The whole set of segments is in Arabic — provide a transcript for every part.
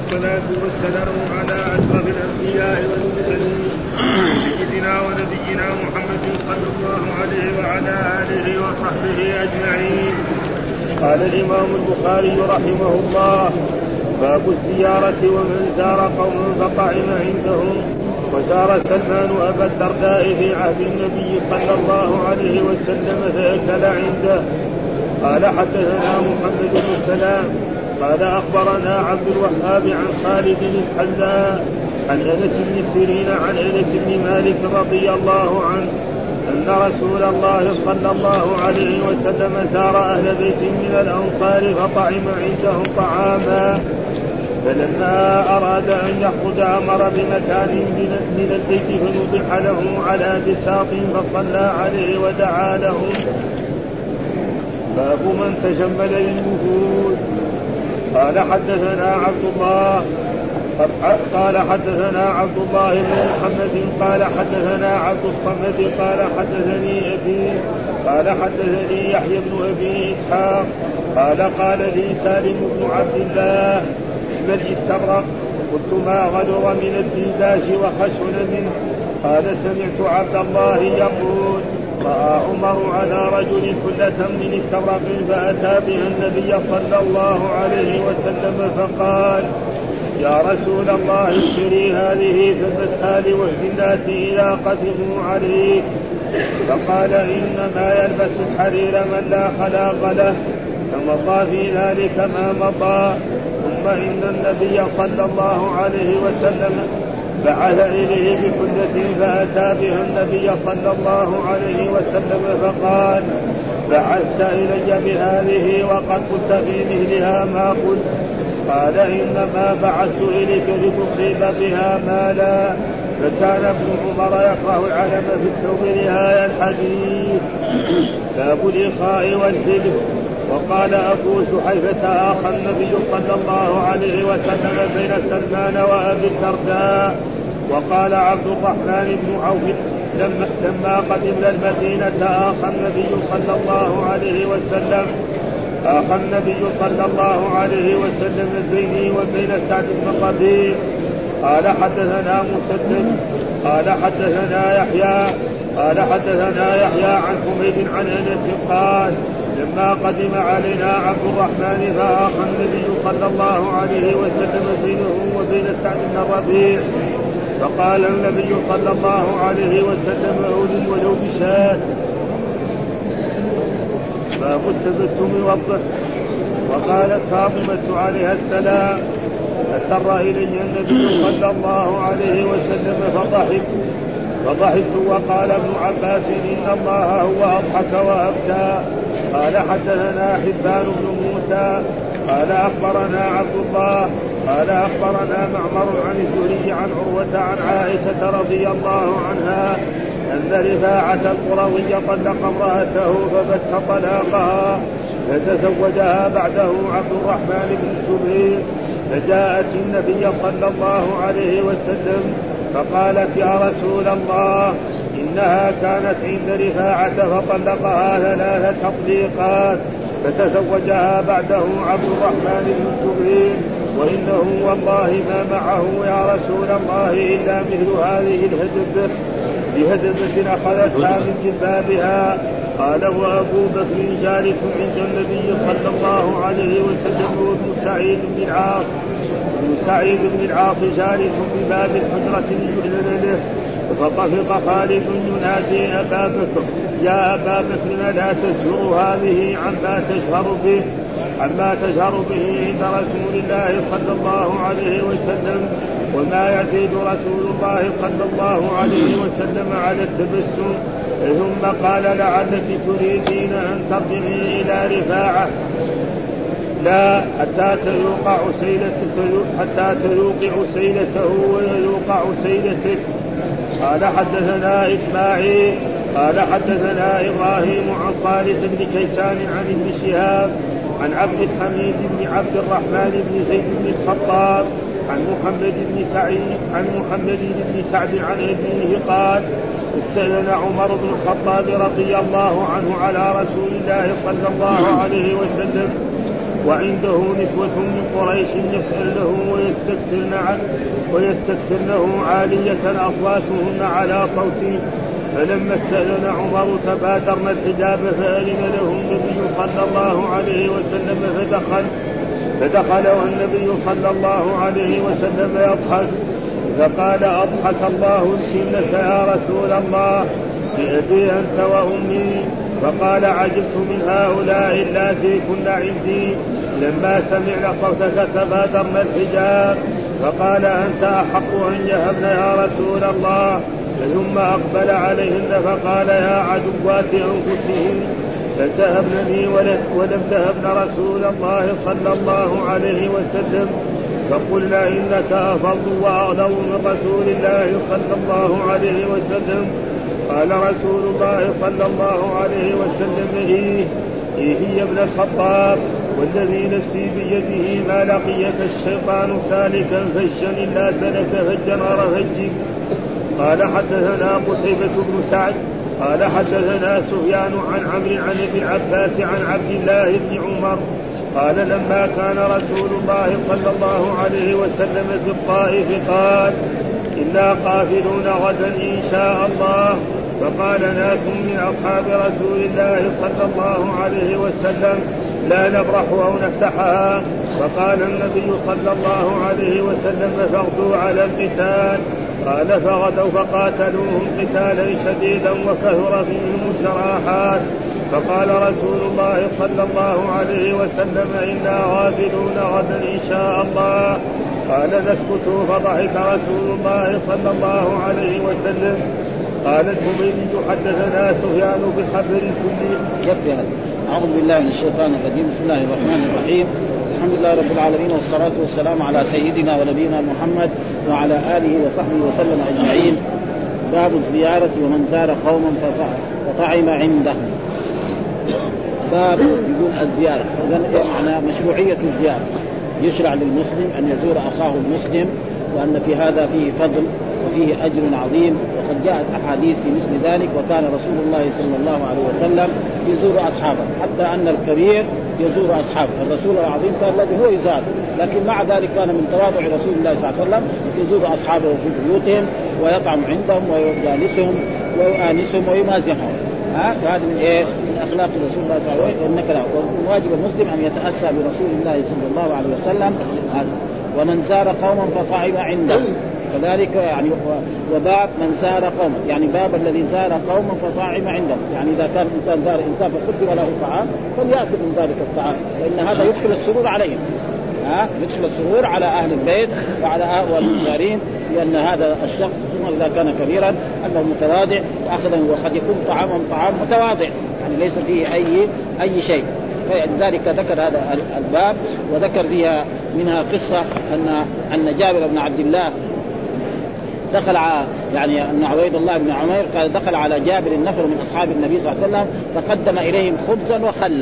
والصلاة والسلام على أشرف الأنبياء والمرسلين سيدنا ونبينا محمد صلى الله عليه وعلى آله وصحبه أجمعين. قال الإمام البخاري رحمه الله: باب الزيارة ومن زار قوما فطعم عندهم. وزار سلمان أبا الدرداء في عهد النبي صلى الله عليه وسلم فأكل عنده. قال حدثنا محمد بن سلام قال أخبرنا عبد الوهاب عن خالد الحذاء عن أنس بن سيرين عن أنس بن مالك رضي الله عنه أن رسول الله صلى الله عليه وسلم زار أهل بيت من الأنصار فطعم عندهم طعاما، فلما أراد أن يخرج أمر بمكان من البيت فنضح له على بساط فصلى عليه ودعا له. باب من تجمل للوفود. قال حدثنا عبد الله بن محمد قال حدثنا عبد الصمد قال حدثني أبي قال حدثني يحيى بن أبي إسحاق قال لي سالم بن عبد الله ما الاستبرق؟ قلت ما غدر من الديباج وخشن منه. قال سمعت عبد الله يقول: رأى عمر على رجل كلة من استبرق فأتى بها النبي صلى الله عليه وسلم فقال: يا رسول الله اشتري هذه فبثها لوفد الناس إذا قدموا عليك. فقال: إنما يلبس الحرير من لا خلاق له. فمضى في ذلك ما مضى. ثم إن النبي صلى الله عليه وسلم بعث إليه بكلة فأتى بها النبي صلى الله عليه وسلم فقال: بعثت إلي بهذه وقد قلت في مثلها ما قلت. قال: إنما بعثت إليك لتصيب بها مالا. فكان ابن عمر يكره العلم في الثوب نهاية الحديث. باب الإخاء والحلف. وقال أبو شحيفة: آخى النبي صلى الله عليه وسلم بين سلمان وأبي الدرداء. وقال عبد الرحمن بن عوف: لما قدمنا المدينة آخى النبي صلى الله عليه وسلم بيني وبين سعد بن ربيع. قال حدثنا مسدد قال حدثنا يحيى عن حميد عن أنس قال: لما قدم علينا عبد الرحمن فآخى النبي صلى الله عليه وسلم بينه وبين سعد بن الربيع. فقال النبي صلى الله عليه وسلم: أولم ولو بشاة. باب التبسم والضحك. وقالت فاطمة عليها السلام: أسر إلي النبي صلى الله عليه وسلم فضحكت. وقال ابن عباس: إن الله هو أضحك وأبكى. قال حدثنا حبان بن موسى قال أخبرنا عبد الله قال أخبرنا معمر عن الزهري عن عروة عن عائشة رضي الله عنها أن رفاعة القروي طلق امرأته فبت طلاقها فتزوجها بعده عبد الرحمن بن الزبير. فجاءت النبي صلى الله عليه وسلم فقالت: يا رسول الله إنها كانت عند رفاعة فطلقها 3 تطليقات فتزوجها بعده عبد الرحمن بن الزبير، وإنه والله ما معه يا رسول الله إلا مثل هذه بهدبة أخذتها من جلبابها. قال: وأبو بكر جالس عند النبي صلى الله عليه وسلم وابن سعيد بن العاص جالس بباب الحجرة يؤذن له. فطفق خالد ينادي أبا بكر: يا أبا بكر لا تسهر هذه عما تجهر به عند رسول الله صلى الله عليه وسلم. وما يزيد رسول الله صلى الله عليه وسلم على التبسم. ثم قال: لعلك تريدين أن ترجعي إلى رفاعة؟ لا، حتى تذوق عسيلته ويذوق عسيلتك. قال حدثنا إسماعيل قال حدثنا إبراهيم عن صالح بن كيسان عن ابن شهاب عن عبد الحميد بن عبد الرحمن بن زيد بن الخطاب عن محمد بن سعد عن أبيه قال: استأذن عمر بن الخطاب رضي الله عنه على رسول الله صلى الله عليه وسلم وعنده نسوة من قريش يسألنه ويستكثرنه عالية أصواتهن على صوته. فلما استأذن عمر تبادرن الحجاب فأذن له النبي صلى الله عليه وسلم فدخل والنبي صلى الله عليه وسلم يضحك فقال أضحك الله السنة يا رسول الله بأبي أنت وأمي. فقال عجبت من هؤلاء اللاتي كن عندي لما سمعنا صوتك تبادرن الحجاب. فقال أنت أحق أن يهبن يا رسول الله. ثم أقبل عليهن فقال يا عدوات أنفسهن فتهبنني ولم تهبن رسول الله صلى الله عليه وسلم. فقلنا إنك أفضل وأغلظ من رسول الله صلى الله عليه وسلم. قال رسول الله صلى الله عليه وسلم إيه ابن الخطاب والذي نفسي بيده ما لقيك الشيطان سالكا فجا إلا سلك فجا غير فجك. قال حدثنا قتيبة بن سعد قال حدثنا سفيان عن عمرو عن ابن عباس عن عبد الله بن عمر قال لما كان رسول الله صلى الله عليه وسلم في الطائف قال إنا قافلون غدا إن شاء الله. فقال ناس من أصحاب رسول الله صلى الله عليه وسلم لا نبرح أو نفتحها. فقال النبي صلى الله عليه وسلم فاغدوا على القتال. قال فغدوا فقاتلوهم قتالا شديدا وكثر فيهم الجراحات. فقال رسول الله صلى الله عليه وسلم إنا غافلون غدا إن شاء الله. قال نسكت فضحك رسول الله صلى الله عليه وسلم. قال الحميدي حدثنا سفيان بالخبر كله. يكفي هذا. أعوذ بالله من الشيطان الرجيم. بسم الله الرحمن الرحيم. الحمد لله رب العالمين والصلاة والسلام على سيدنا ونبينا محمد وعلى آله وصحبه وسلم أجمعين. باب الزيارة ومن زار قوما فطعم عنده. باب يقول الزيارة معنى مشروعية الزيارة. يشرع للمسلم أن يزور أخاه المسلم وأن في هذا فيه فضل وفيه أجر عظيم. وقد جاءت أحاديث في مثل ذلك. وكان رسول الله صلى الله عليه وسلم يزور أصحابه حتى أن الكبير يزور أصحابه. الرسول العظيم كان الذي هو يزار لكن مع ذلك كان من تواضع رسول الله صلى الله عليه وسلم يزور أصحابه في بيوتهم ويطعم عندهم ويجالسهم ويؤانسهم ويمازحهم. فهذا من من أخلاق رسول الله صلى الله عليه وسلم. واجب المسلم أن يتأسى برسول الله صلى الله عليه وسلم. ومن زار قوما فطعم عنده كذلك يعني. وباب من زار قوما يعني باب الذي زار قوما فطعم عنده يعني إذا كان إنسان زار إنسان فقدم له طعام فليأكل من ذلك الطعام لأن هذا يدخل السرور عليهم. يدخل السرور على أهل البيت وعلى أهل المجارين لأن هذا الشخص إذا كان كبيرا أنه متواضع وأخذه وقد يكون طعام متواضع يعني ليس فيه أي شيء. فلذلك ذكر هذا الباب وذكر فيها منها قصة أن جابر بن عبد الله دخل يعني أن عبيد الله بن عمير قال دخل على جابر النفر من أصحاب النبي صلى الله عليه وسلم فقدم إليهم خبزا وخلا.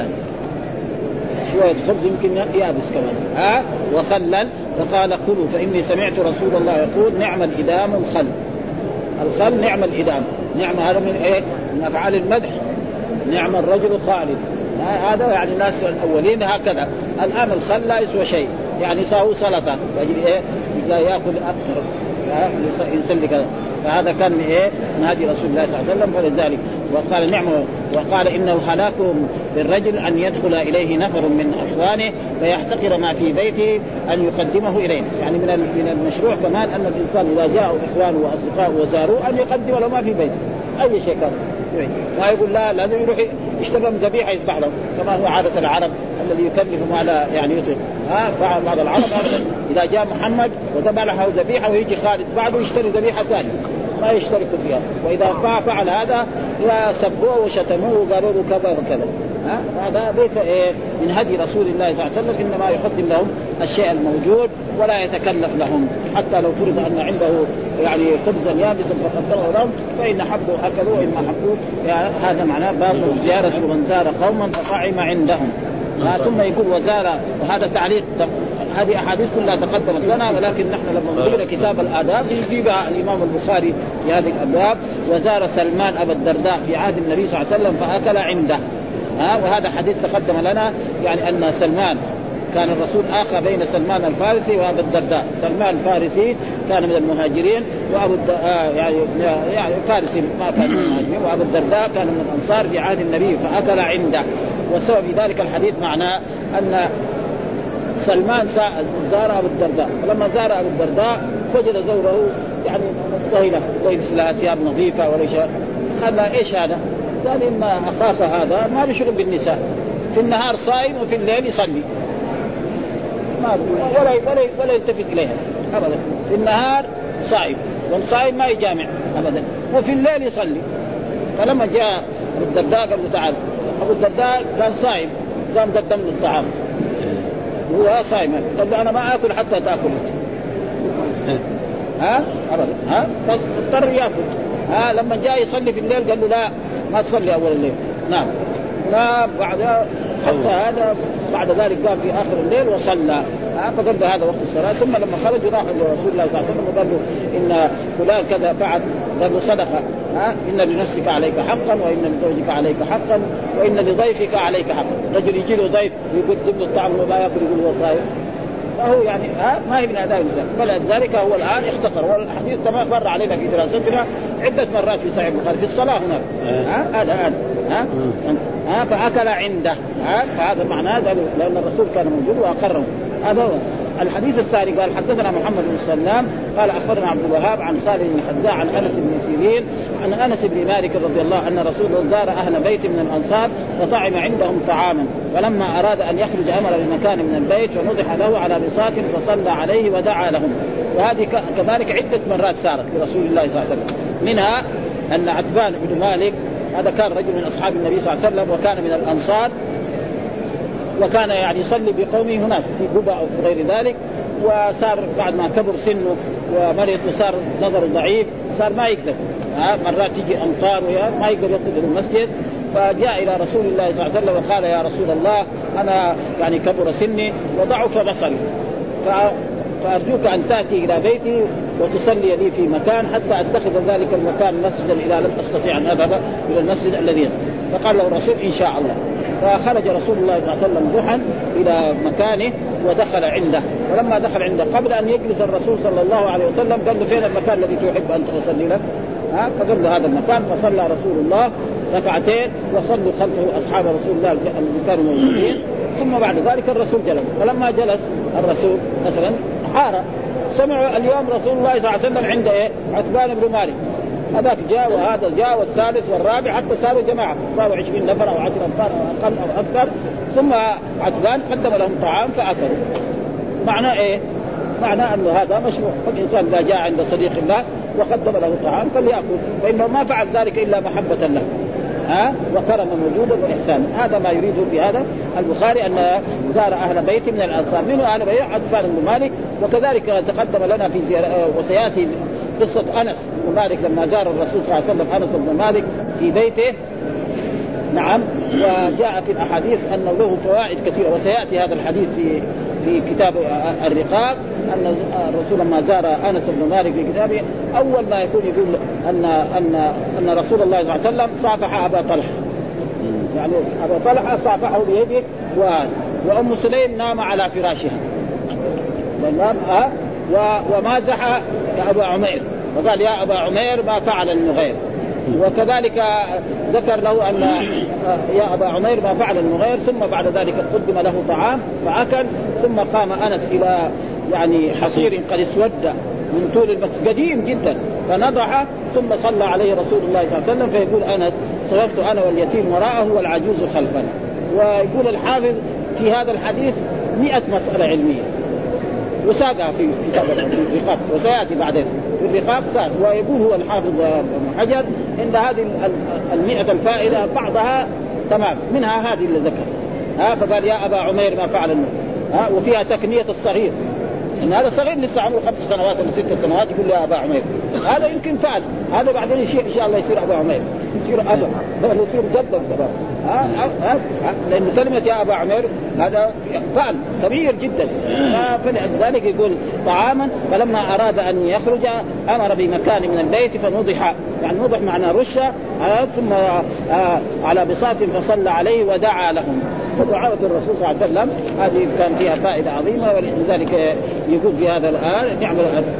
شوية خبز يمكن يابس كمان وخلا فقال كلوا فإني سمعت رسول الله يقول نعم الإدام الخل نعم الإدام. نعم هذا من أفعال المدح. نعم الرجل خالد. هذا يعني الناس الأولين هكذا. الآن الخل لا يسوى شيء يعني يساوي سلطة وأجل لا يأكل أكثر يسلك كذا. فهذا كان من هدي رسول الله صلى الله عليه وسلم. فلذلك وقال نعم وقال إنه هلاك بالرجل أن يدخل إليه نفر من أخوانه فيحتقر ما في بيته أن يقدمه إليه. يعني من المشروع كمان أن الإنسان إذا جاء إخوانه وأصدقائه وزاروه أن يقدم له ما في بيته أي شيء كان. ما يقول لا لازم يروح يشتري ذبيحة يذبح له كما هو عادة العرب الذي يكلف ما لا يعني يطلق. بعض العرب إذا جاء محمد وذبح له ذبيحة ويجي خالد بعده يشتري ذبيحة ثانية ما يشتركوا فيها. وإذا فعل هذا سبوه وشتموه وقالوا له كذا وكذا. هذا بيت من هدي رسول الله صلى الله عليه وسلم. إنما يقدم لهم الشيء الموجود ولا يتكلف لهم حتى لو فرض أن عنده يعني خبزا يابسا فقدمه لهم فإن حبوا أكلوا وإن ما حبوا. يعني هذا معناه باب زيارة من زار قوما فطعم عندهم. ثم يقول وزار وهذا تعليق. هذه أحاديث كلها تقدمت لنا ولكن نحن لما نقرأ كتاب الآداب يجيبها الإمام البخاري في هذه الأبواب. وزار سلمان أبا الدرداء في عهد النبي صلى الله عليه وسلم فأكل عنده. وهذا حديث تقدم لنا يعني أن سلمان كان الرسول آخى بين سلمان الفارسي وأبو الدرداء. سلمان الفارسي كان من المهاجرين وأبو يعني فارسي ما كان من المهاجرين، وأبو الدرداء كان من الأنصار في عهد النبي فأكل عنده. والسبب في ذلك الحديث معناه أن سلمان زار أبو الدرداء، فلما زار أبو الدرداء وجد زوره يعني طهيلة ليس لها ثياب نظيفة ولا شيء. قال له إيش هذا؟ قال إن أخاك هذا ما بيشغل بالنساء، في النهار صائم وفي الليل يصلي، ما ولا يلتفت إليها أبدا. في النهار صائم والصائم ما يجامع أبدا، وفي الليل يصلي. فلما جاء أبو الدرداء قال له تعال. أبو الدرداء كان صائم، قام قدم له الطعام هو صائم، قال له أنا ما أكل حتى تأكل أبدا فاضطر يأكل. لما جاء يصلي في الليل قال له لا ما تصلي أول الليل. نعم لا بعد حتى هذا بعد ذلك قام في آخر الليل وصلى. فقال هذا وقت الصلاة. ثم لما خرج راح لرسول الله صلى الله عليه وسلم وقال له إن فلان كذا فعل. قال له صدقة، إن لنفسك عليك حقا، وإن لزوجك عليك حقا، وإن لضيفك عليك حقا. رجل يجي له ضيف يقدم له الطعام وما يأكل يقول هو صائم، فهو يعني ما هي من آداب الإسلام. فلذلك هو الآن اختصر. والحديث تمام مر علينا في دراستنا عدة مرات في صحيح البخاري في الصلاة هناك. الآن فأكل عنده. فهذا معناه لأن الرسول كان موجود وأقره. هذا هو الحديث الثاني. قال حدثنا محمد بن سلام قال أخبرنا عبد الوهاب عن خالد بن حذاء عن أنس بن سيرين عن أنس بن مالك رضي الله عنه أن رسول الله زار أهل بيت من الأنصار فطعم عندهم طعاما، فلما أراد أن يخرج أمر بمكان من البيت فنضح له على بساط فصلى عليه ودعا لهم. وهذه كذلك عدة مرات سارت لرسول الله صلى الله عليه وسلم. منها أن عتبان بن مالك هذا كان رجل من أصحاب النبي صلى الله عليه وسلم وكان من الأنصار، وكان يعني يصلي بقومه هناك في قباء أو غير ذلك. وصار بعد ما كبر سنه ومرض وصار نظره ضعيف صار ما يقدر، مرات تيجي أمطار ما يقدر يدخل المسجد. فجاء إلى رسول الله صلى الله عليه وسلم وقال يا رسول الله أنا يعني كبر سني وضعف بصري، فأرجوك أن تأتي إلى بيتي وتصلي لي في مكان حتى أتخذ ذلك المكان مسجدا إذا لم أستطيع أن أذهب إلى المسجد الذي. فقال له الرسول إن شاء الله. فخرج رسول الله صلى الله عليه وسلم ضحى إلى مكانه ودخل عنده. فلما دخل عنده قبل أن يجلس الرسول صلى الله عليه وسلم قال له فين المكان الذي تحب أن تصلي لك؟ فقال له هذا المكان. فصلى رسول الله ركعتين وصلوا خلفه أصحاب رسول الله الذين كانوا موجودين. ثم بعد ذلك الرسول جلس. فلما جلس الرسول مثلا حار سمعوا اليوم رسول الله صلى الله عليه وسلم عند عتبان بن مالك، هذاك جاء وهذا جاء والثالث والرابع حتى صاروا جماعة، صاروا 20 نفر أو 10 نفر أو أقل أو أكثر. ثم عتبان قدم لهم طعام فأكلوا. معناه إيه؟ معناه أنه هذا مشروع. فالإنسان إذا جاء عند صديق الله وقدم له طعام فليأكل، فإنه ما فعل ذلك إلا محبة له وكرم موجودا وإحسانا. هذا ما يريده في هذا البخاري أن زار أهل بيت من الأنصار. منه أهل بيت عتبان بن مالك. وكذلك تقدم لنا في وسيأتي قصة أنس بن مالك لما زار الرسول صلى الله عليه وسلم أنس بن مالك في بيته. نعم. وجاء في الأحاديث أنه له فوائد كثيرة، وسيأتي هذا الحديث في كتاب الرقاق أن الرسول لما زار أنس بن مالك في كتابه أول ما يكون يقول أن رسول الله صلى الله عليه وسلم صافح أبا طلحة، يعني أبا طلحة صافحه بيده وأم سليم نام على فراشها ومازح أبا عمير وقال يا أبا عمير ما فعل المغير. وكذلك ذكر له أن يا أبا عمير ما فعل المغير. ثم بعد ذلك قدم له طعام فأكل. ثم قام أنس إلى يعني حصير قد اسود من طول المكس قديم جدا فنضح. ثم صلى عليه رسول الله صلى الله عليه وسلم. فيقول أنس صرفت أنا واليتيم وراءه والعجوز خلفنا. ويقول الحافظ في هذا الحديث 100 مسألة علمية وساقها في كتاب الرقاق وسيأتي بعدين في الرقاق ساق. ويقول هو الحافظ ابن حجر إن هذه 100 الفائدة بعضها تمام، منها هذه اللي ذكر فقال يا أبا عمير ما فعل وفيها تكنية الصغير إن هذا صغير لسه عمره 5 سنوات ولا 6 سنوات يقول يا أبا عمير. هذا يمكن فعل، هذا بعدين إن شاء الله يصير أبا عمير، يصير أبا يصير جدا كمان لأن كلمة يا أبا عمير هذا فعل كبير جدا. فلذلك يقول طعاما. فلما أراد أن يخرج أمر بمكان من البيت فنضح، يعني نضح معنى رشة ثم على بساط فصلى عليه ودعا لهم. فدعوة الرسول صلى الله عليه وسلم هذه كان فيها فائدة عظيمة، ولذلك يقول في هذا الآن نعمل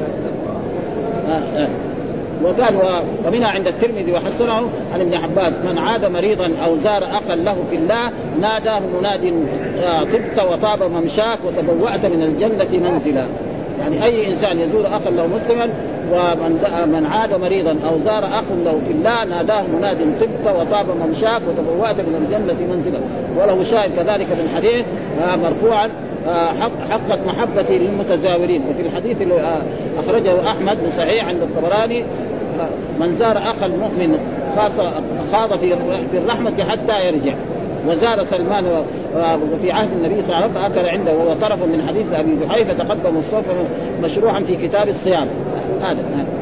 وقال ومنها عند الترمذي وحسنه عن ابن عباس: من عاد مريضا أو زار أخا له في الله ناداه مناد: طبت وطاب ممشاك وتبوأت من الجنة منزلا. يعني أي إنسان يزور أخا له مسلما ومن عاد مريضا أو زار أخ له في الله ناداه مناد: طبت وطاب ممشاك وتبوأت من الجنة منزلا. وله شاهد كذلك من حديث مرفوعا: حقت محبتي للمتزاورين. وفي الحديث اللي أخرجه أحمد صحيح عند الطبراني: من زار أخا المؤمن خاض في الرحمة حتى يرجع. وزار سلمان وفي عهد النبي صلى الله عليه وسلم فأكل عنده، وهو طرف من حديث أبي جحيفة تقدم الصوف مشروعا في كتاب الصيام. هذا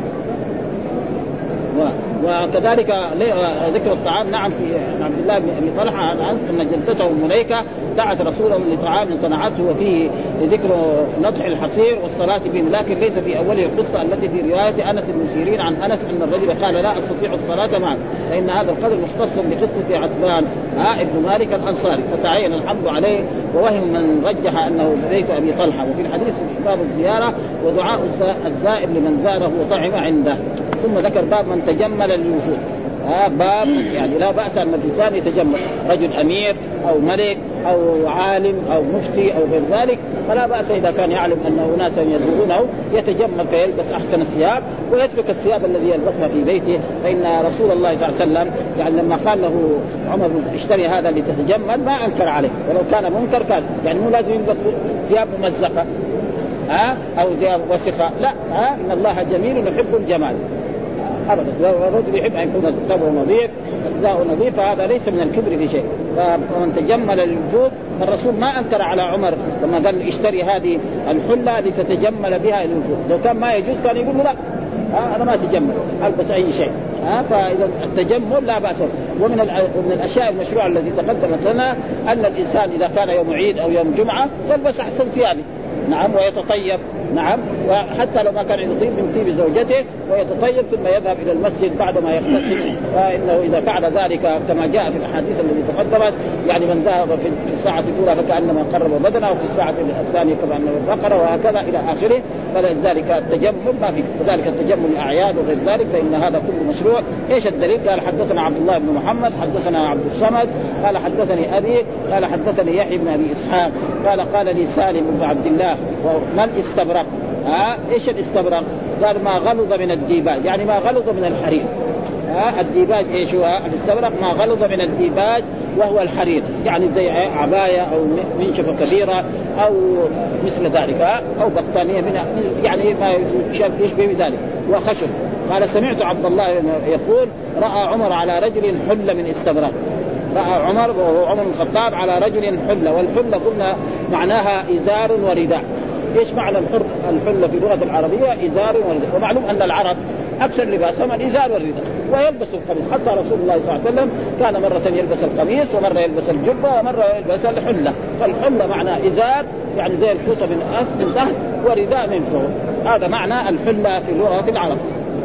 وكذلك ذكر الطعام. نعم في عبد الله بن أبي طلحة عن أن جدته مليكة دعت رسوله لطعام صنعته وفيه ذكر نضح الحصير والصلاة بهم، لكن ليس في أوله القصة التي في رواية أنس بن سيرين عن أنس أن الرجل قال: لا أستطيع الصلاة معك، فإن هذا القدر مختص بقصة عتبان ابن مالك الأنصاري، فتعين الحمد عليه. ووهم من رجح أنه بيت أبي طلحة. وفي الحديث باب الزيارة ودعاء الزائر لمن زاره وطعم عنده. ثم ذكر باب من تجمل للوفود. باب يعني لا بأس أن الإنسان يتجمل، رجل أمير أو ملك أو عالم أو مفتي أو غير ذلك، فلا بأس إذا كان يعلم أن ناسا يزورونه يتجمل فيلبس أحسن الثياب ويترك الثياب الذي يلبسها في بيته. فإن رسول الله صلى الله عليه وسلم يعني لما قال له عمر: اشتري هذا لتتجمل، ما أنكر عليه، ولو كان منكر كان يعني مو لازم يلبس ثياب ممزقة أو ثياب وسخة، لا، إن الله جميل يحب الجمال أبدا. والرجل يحب أن يكون ثوبه نظيف رداءه نظيف، فهذا ليس من الكبر في شيء. فمن تجمل للوجود، الرسول ما أنكر على عمر لما قال: اشتري هذه الحلة لتتجمل بها للوجود. لو كان ما يجوز كان يقول له: لا، أنا ما أتجمل، ألبس أي شيء. فإذا التجمل لا بأس. ومن الأشياء المشروعة التي تقدمت لنا أن الإنسان إذا كان يوم عيد أو يوم جمعة يلبس أحسن ثيابه، نعم، ويتطيب، نعم، وحتى لو ما كان يطيب من طيب زوجته ويتطيب ثم يذهب إلى المسجد بعد ما يغتسل. فإنه إذا فعل ذلك كما جاء في الأحاديث التي تقدمت، يعني من ذهب في الساعة الأولى فكأنما قرب بدنه، وفي الساعة الثانية كأنما بقرة، وهكذا إلى آخره. فلذلك التجمل ما في، كذلك التجمل الأعياد وغير ذلك، فإن هذا كله مشروع. إيش الدليل؟ قال: حدثنا عبد الله بن محمد، حدثنا عبد الصمد، قال حدثني أبي، قال حدثني يحيى بن أبي إسحاق، قال لي سالم بن عبد الله: ما الاستبرق؟ ايش الاستبرق؟ قال: ما غلظ من الديباج، يعني ما غلظ من الحرير. الديباج ايش هو؟ الاستبرق ما غلظ من الديباج وهو الحرير، يعني زي عباية او منشفة كبيرة او مثل ذلك، او بطانية يعني ما يشبه بذلك، وخشب. قال: سمعت عبد الله يقول: رأى عمر على رجل حل من استبرق. رأى عمر وهو عمر بن الخطاب على رجل حلة، والحلة قلنا معناها إزار ورداء. ايش معنى الحلة في اللغة العربية؟ إزار ورداء. ومعلوم أن العرب أكثر لباسهم الإزار والرداء، ويلبس القميص. حتى رسول الله صلى الله عليه وسلم كان مرة يلبس القميص، ومرة يلبس الجبة، ومرة يلبس الحلة. فالحلة معنى إزار يعني زي الفوطة من تحت، ورداء من فوق. هذا معنى الحلة في لغة العرب.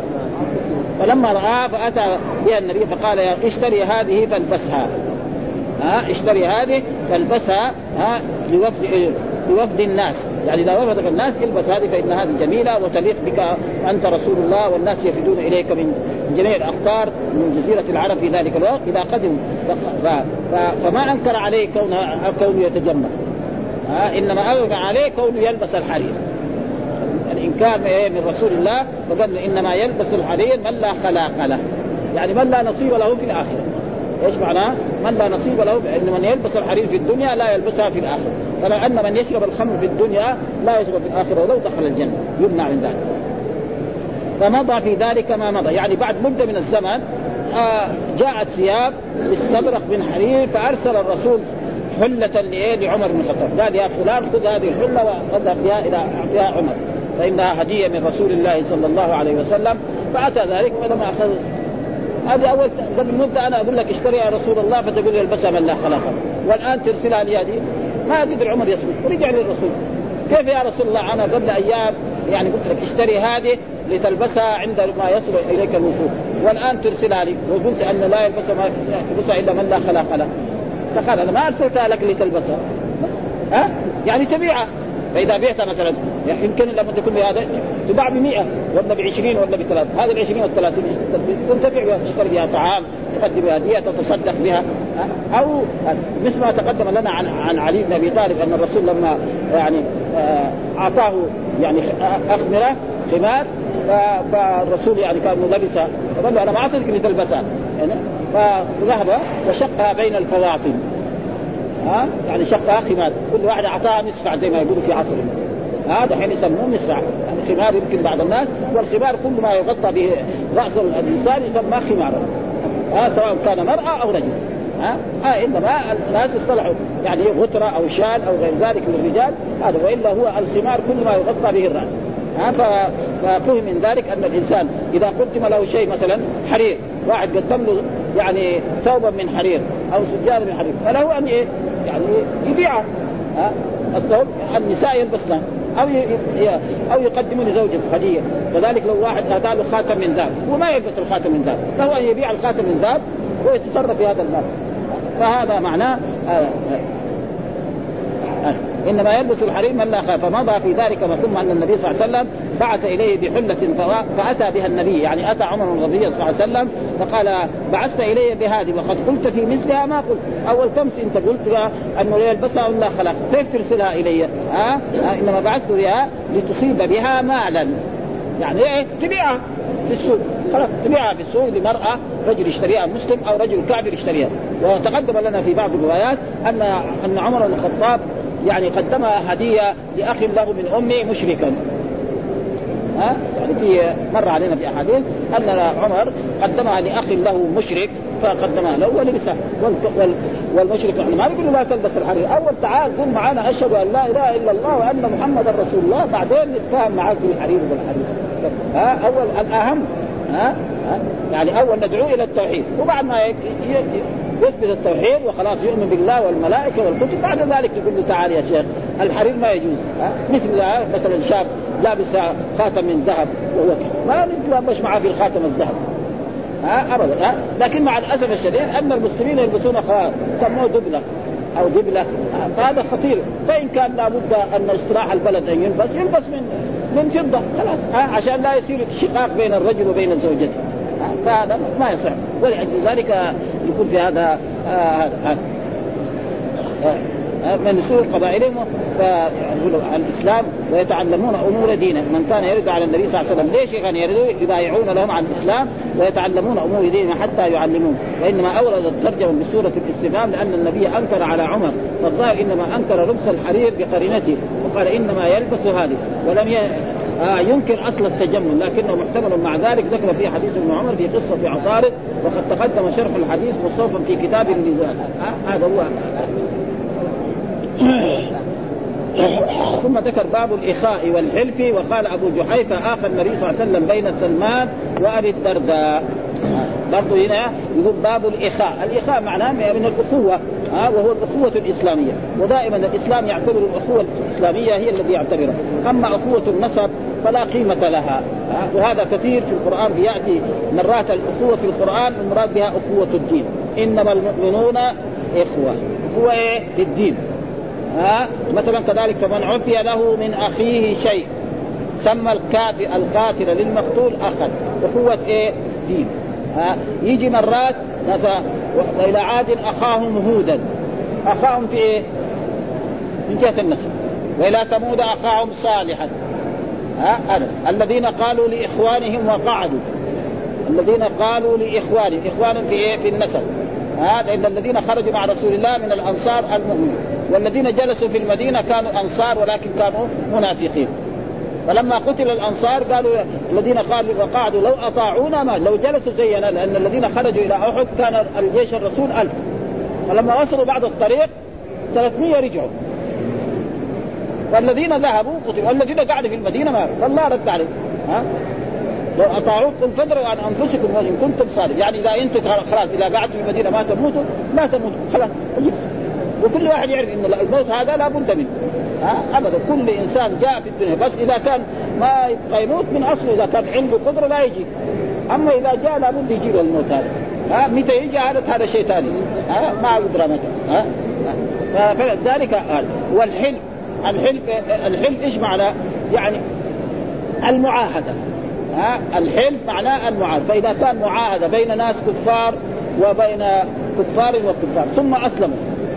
فلما رآه فأتى بها النبي فقال: يا اشتري هذه فالبسها. اشتري هذه فالبسها لوفد الناس، يعني إذا وفدك الناس البس هذه، فإن هذه جميلة وتليق بك، أنت رسول الله والناس يفدون إليك من جميع الأقطار من جزيرة العرب في ذلك الوقت إذا قدموا. فما أنكر عليه كونه يتجمل، إنما أنكر عليه كونه يلبس الحرير. الإنكار من رسول الله، فقال: إنما يلبس الحرير من لا خلاق له، يعني من لا نصيب له في الآخرة. ايش معناه؟ من لا نصيب له، ان من يلبس الحرير في الدنيا لا يلبسها في الاخره، كما ان من يشرب الخمر في الدنيا لا يشرب في الاخره ولو دخل الجنه، يمنع من ذلك. فمضى في ذلك ما مضى، يعني بعد مده من الزمن جاءت ثياب استبرق من حرير، فارسل الرسول حله لعمر بن الخطاب، قال: يا فلان خذ هذه الحله واذهب بها الى اعطيها عمر، فانها هديه من رسول الله صلى الله عليه وسلم. فاتى ذلك فلما اخذ هذه أول قبل مدة أنا أقول لك اشتري يا رسول الله، فتقول لي البسها من لا خلقها، والآن ترسلها لي هذه. ما قدر عمر يصبر ورجع للرسول: كيف يا رسول الله، أنا قبل أيام يعني قلت لك اشتري هذه لتلبسها عندما يصل إليك الوفود، والآن ترسلها لي وقلت أن لا يلبسها إلا من لا خلق له. فقال أنا ما أرسلتها لك لتلبسها يعني تبيعها. فإذا بعتها مثلا يمكن لما تكون بهذا تباع ب100 ولا ب20 ولا ب30، هذا ال20 وال30 تنتفع بها، تشتري بها طعام، تقدم بها هدية، تتصدق بها. أو مثل ما تقدم لنا عن علي بن أبي طالب أن الرسول لما يعني أعطاه يعني أخمرة خمار، فالرسول يعني كان لبسها فقال له أنا ما أعطيك لتلبسها يعني، فذهب وشقها بين الفواطم يعني شقها خمار، كل واحد أعطاها مسفع زي ما يقولوا في عصرنا. هذا حين يسموه مسفع يعني خمار يمكن بعض الناس، والخمار كل ما يغطى به رأس الإنسان يسمى خمارا سواء كان مرأة أو رجل. إنما الناس اصطلحوا يعني غترة أو شال أو غير ذلك للرجال هذا، وإلا هو الخمار كل ما يغطى به الرأس. ففهم من ذلك أن الإنسان إذا قدم له شيء مثلا حرير، واحد قدم له يعني ثوبا من حرير أو سجارة من حرير، فله أن يعني يبيعه الثوب النساء يلبسنا أو يقدم لزوجه هدية. كذلك لو واحد أهدى له خاتم من ذهب وما يلبس الخاتم من ذهب، فهو أن يبيع الخاتم من ذهب ويتصرف في هذا المال. فهذا معناه إنما يلبس الحرير من لا خاف. فمضى في ذلك ثم أن النبي صلى الله عليه وسلم بعث إليه بحلة فأتى بها النبي، يعني أتى عمر الرضي صلى الله عليه وسلم فقال بعثت إليه بهذه وقد قلت في مثلها ما قلت. أول تمس أنت قلت أنه يلبسها ولا خلاص، كيف ترسلها إلي؟ إنما بعثت بها لتصيب بها مالا، يعني إيه؟ تبيعها في السوق، خلاص تبيعها في السوق لمرأة رجل يشتريها مسلم أو رجل كافر يشتريها. وتقدم لنا في بعض الروايات أن عمر بن الخطاب يعني قدمها هدية لأخ له من أمه مشركا. يعني في مر علينا في أحاديث أن عمر قدمها لأخ له مشرك فقدمها له ولبسها. والمشرك يعني ما يقول لا تلبس الحرير، أول تعال قل معنا أشهد أن لا إله إلا الله وأن محمد رسول الله، بعدين نتفاهم معك بالحرير والحرير. أول الأهم يعني أول ندعو إلى التوحيد، وبعد ما يثبت التوحيد وخلاص يؤمن بالله والملائكة والكتب، بعد ذلك يقول له تعال يا شيخ الحرير ما يجوز. مثل مثلا شاب لابس خاتم من ذهب وهو ما نتلبش معه في الخاتم الذهب أبدا. لكن مع الأسف الشديد أن المسلمين يلبسون سموه دبلة أو دبلة، فهذا خطير. فإن كان لابد أن اصطلاح البلد أن يلبس من فضة خلاص عشان لا يصير شقاق بين الرجل وبين زوجته، فهذا ما يصح. ولأجل ذلك يكون في هذا من سوء قبائلهم عن الإسلام ويتعلمون أمور دينه. من كان يرد على النبي صلى الله عليه وسلم ليش كان يردوا يبايعون لهم عن الإسلام ويتعلمون أمور دينه حتى يعلمون. وإنما أورد الترجمة بسورة الاستفهام لأن النبي أنكر على عمر، فالظاهر إنما أنكر لبس الحرير بقرينته وقال إنما يلبس هذه، ولم ينكر أصل التجمل، لكنه محتمل مع ذلك. ذكر فيه حديث ابن عمر في قصة عطارد، وقد تقدم شرح الحديث مصوفا في كتاب الميزان. هذا هو. ثم ذكر باب الإخاء والحلف، وقال أبو جحيفة آخى النبي صلى الله عليه وسلم بين سلمان وأبي الدرداء. برضو هنا يقول باب الإخاء. الإخاء معناه من الأخوة، وهو الأخوة الإسلامية، ودائما الإسلام يعتبر الأخوة الإسلامية هي التي يعتبرها، أما أخوة النسب فلا قيمة لها. وهذا كثير في القرآن بيأتي مرات الأخوة في القرآن المراد بها أخوة الدين، إنما المؤمنون إخوة، هو إيه في الدين. مثلا كذلك فمن عفي له من أخيه شيء سمى القاتل للمقتول أخا، أخوة إيه دين. يجي مرات مثلا وإلى عاد أخاهم هودا، أخاهم في إيه من جهة النسب، وإلى ثمود أخاهم صالحا. الذين قالوا لإخوانهم وقعدوا، الذين قالوا لإخوانهم، إخوان في إيه في النسب. لأن الذين خرجوا مع رسول الله من الأنصار المؤمنين، والذين جلسوا في المدينة كانوا أنصار ولكن كانوا منافقين. فلما قتل الأنصار قالوا الذين قالوا وقعدوا لو أطاعونا ما لو جلسوا زينا، لأن الذين خرجوا إلى أحد كان الجيش الرسول 1000، فلما وصلوا بعد الطريق 300 رجعوا، والذين ذهبوا قتلوا، والذين قعدوا في المدينة ما. فالله رد عليهم لو أطاعوكم فادروا عن أنفسكم وإن كنتم صادقين. يعني إذا أنتم خلاص إذا قعدتوا في المدينة ما تموتوا خلاص. وكل واحد يعرف إن الموت هذا لا بد منه أبدا. كل إنسان جاء في الدنيا بس إذا كان ما يبقى يموت من أصله، إذا كان عنده قدرة لا يجي، أما إذا جاء لا بد يجي له الموت هذا. متى يجي هذا شيء ثاني ما أدرى متى. فلذلك والحلف إيش معنى؟ يعني المعاهدة. الحلف معناه المعاهدة. فإذا كان معاهدة بين ناس كفار وبين كفار وكفار ثم أسلموا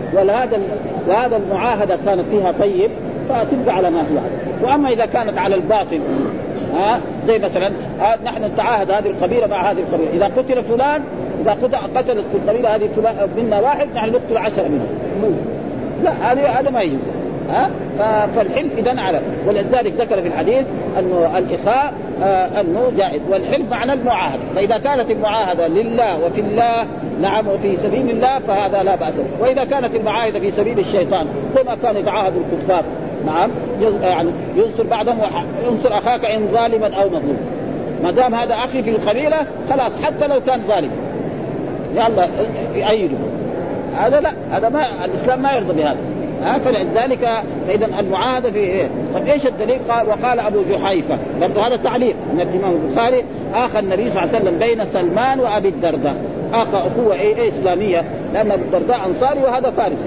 وهذا المعاهدة كانت فيها طيب فتبقى على ما هي. وأما إذا كانت على الباطل زي مثلا نحن نتعاهد هذه القبيلة مع هذه القبيلة، إذا قتل فلان إذا قتلت القبيلة هذه منا واحد نحن نقتل 10 منهم، لا هذا ما يجوز. فالحلف إذن على، ولذلك ذكر في الحديث أنه الإخاء أنه جائز، والحلف معنى المعاهدة. فإذا كانت المعاهدة لله وفي الله نعم وفي سبيل الله فهذا لا بأس. وإذا كانت المعاهدة في سبيل الشيطان زي ما كان يتعاهد الكفار نعم يعني ينصر بعضهم وينصر أخاك إن ظالما أو مظلوم، ما دام هذا أخي في القبيلة خلاص حتى لو كان ظالم يلا يأيده. هذا لا، هذا ما الإسلام ما يرضى بهذا. فلذلك فإذا المعاهدة في إيه؟ طب إيش الدليل؟ وقال أبو جحيفة برضو هذا تعليق من الإمام البخاري آخى النبي صلى الله عليه وسلم بين سلمان وأبي الدرداء. آخى أخوة إيه إسلامية، لأن أبي الدرداء أنصاري وهذا فارسي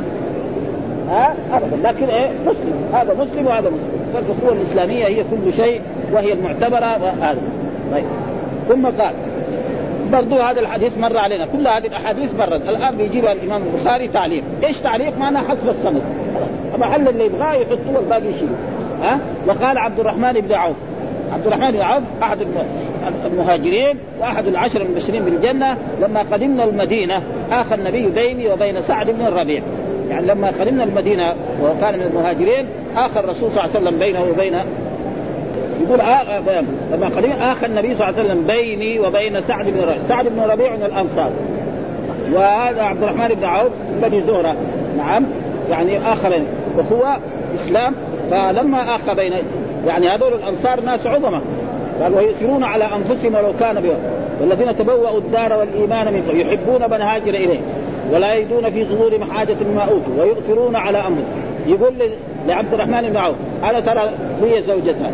أبدا، لكن إيه مسلم، هذا مسلم وهذا مسلم. فالأخوة الإسلامية هي كل شيء وهي المعتبرة وهذا. طيب ثم قال برضو هذا الحديث مر علينا، كل هذه الأحاديث مرت، الآن بيجيبها الإمام البخاري تعليق. إيش تعليق؟ معناه حسب السند، محل اللي يبغاه يحطوه الباقي شيء. وقال عبد الرحمن بن عوف، عبد الرحمن بن عوف أحد المهاجرين وأحد العشر المبشرين بالجنة، لما قدمنا المدينة آخى النبي بيني وبين سعد بن الربيع. يعني لما قدمنا المدينة وكان من المهاجرين آخى الرسول صلى الله عليه وسلم بينه وبين، يقول لما قدم آخى النبي صلى الله عليه وسلم بيني وبين سعد بن الربيع. سعد بن الربيع من الأنصار، وهذا عبد الرحمن بن عوف بني زهرة نعم، يعني آخر وهو إسلام. فلما آخى بين يعني هذول الأنصار ناس عظمة، قالوا ويؤثرون على أنفسهم ولو كان بهم، والذين تبوأوا الدار والإيمان من قبل يحبون من هاجر إليه ولا يجدون في صدورهم حاجة مما أوتوا ويؤثرون على أنفسهم. يقول لعبد الرحمن بن عوف أنا ترى هي زوجتها،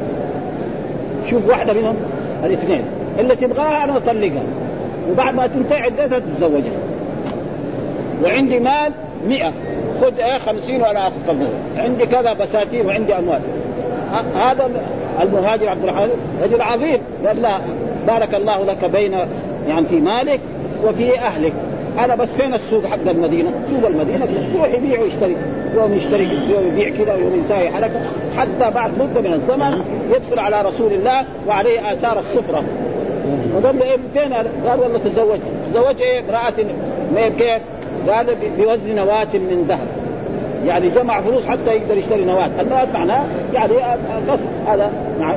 شوف واحدة منهم الاثنين اللي تبغاها أنا أطلقها، وبعد ما تنتهي عدتها تتزوجها، وعندي مال 100 خذ 50 وأنا أخذ، عندي كذا بساتين وعندي أموال. هذا المهاجر عبد الرحمن رجل عظيم، قال لا بارك الله لك بين يعني في مالك وفي أهلك، أنا بس فين السوق حق المدينة؟ سوق المدينة يروح يبيع ويشتري، يوم يشتري يوم يبيع كذا ويوم يساوي حركة، حتى بعد مدة من الزمن يدخل على رسول الله وعليه آثار الصفرة. وقال له إيه فين؟ قال والله تزوج إيه امرأة كيف؟ قال بوزن نواة من ذهب، يعني جمع فلوس حتى يقدر يشتري نواة. النواة معناه يعني قصد هذا نعم.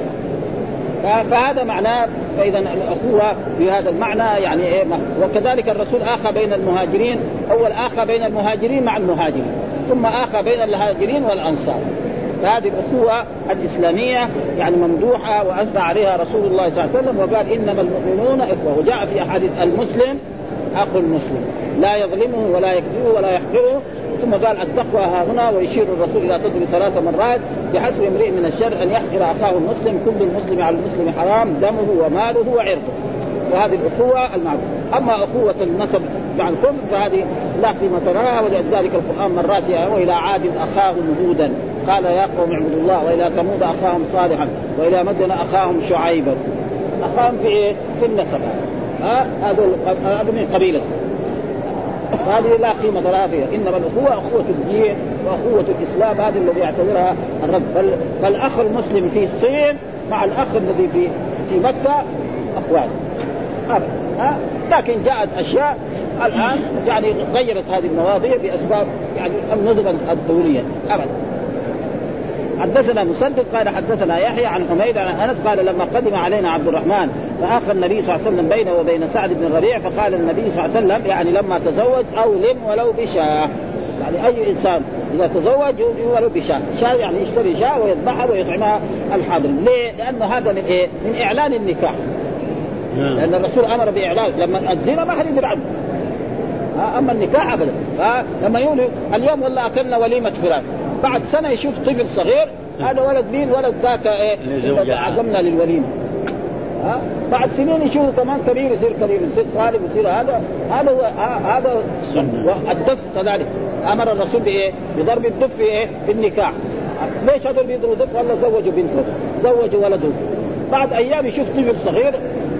فهذا معناه. فإذا الأخوة بهذا المعنى يعني إيه. وكذلك الرسول آخى بين المهاجرين، أول آخى بين المهاجرين مع المهاجرين، ثم آخى بين المهاجرين والأنصار. فهذه الأخوة الإسلامية يعني ممدوحة وأثنى عليها رسول الله صلى الله عليه وسلم، وقال إنما المؤمنون إخوة. وجاء في أحاديث المسلم أخو المسلم لا يظلمه ولا يكذبه ولا يحقره. ثم قال التقوى ها هنا، ويشير الرسول إلى صدره 3 مرات بحسب امرئ من الشر أن يحقر أخاه المسلم، كل المسلم على المسلم حرام دمه وماله وعرضه. وهذه الأخوة المعروفة. أما أخوة النسب مع الكفر فهذه لا قيمة لها، ولذلك القرآن مرات وإلى عاد أخاهم هودا قال يا قوم اعبدوا الله، وإلى ثمود أخاهم صالحا، وإلى مدين أخاهم شعيبا. أخاهم في إيه؟ في النسب. هذا من قبيلة، هذه لا قيمة لها فيها. إنما الأخوة أخوة الدين وأخوة الإسلام، هذه الذي يعتبرها الرب. فالأخ المسلم في الصين مع الأخ الذي في مكة أخوان. لكن جاءت أشياء الآن يعني غيرت هذه المواضيع بأسباب يعني النظم الدولية أبدا. حدثنا مسدد قال حدثنا يحيى عن حميد عن أنس قال لما قدم علينا عبد الرحمن فآخى النبي صلى الله عليه وسلم بينه وبين سعد بن الربيع، فقال النبي صلى الله عليه وسلم يعني لما تزوج أولم ولو بشاة، يعني أي إنسان إذا تزوج ولو بشاة، شاة يعني يشتري شاة ويذبحها ويطعمها الحاضر. ليه؟ لأنه هذا من إيه؟ من إعلان النكاح. لأن الرسول أمر بإعلان، لما الزنا ما حد يدري عنه، أما النكاح أبدا. لما يقول اليوم والله أكلنا وليمة فلان، بعد سنة يشوف طفل صغير هذا ولد مين؟ ولد ذاك إيه؟ عزمنا للوليمة. بعد سنين يشوفوا كمان كبير يصير كبير، يصير طالب، يصير هذا هو الدف. كذلك امر الرسول بايه؟ بضرب الدف في ايه؟ في النكاح. ليش هذول بيضربوا دف؟ والله زوجوا بنته، زوجوا ولده، بعد ايام يشوف طفل صغير.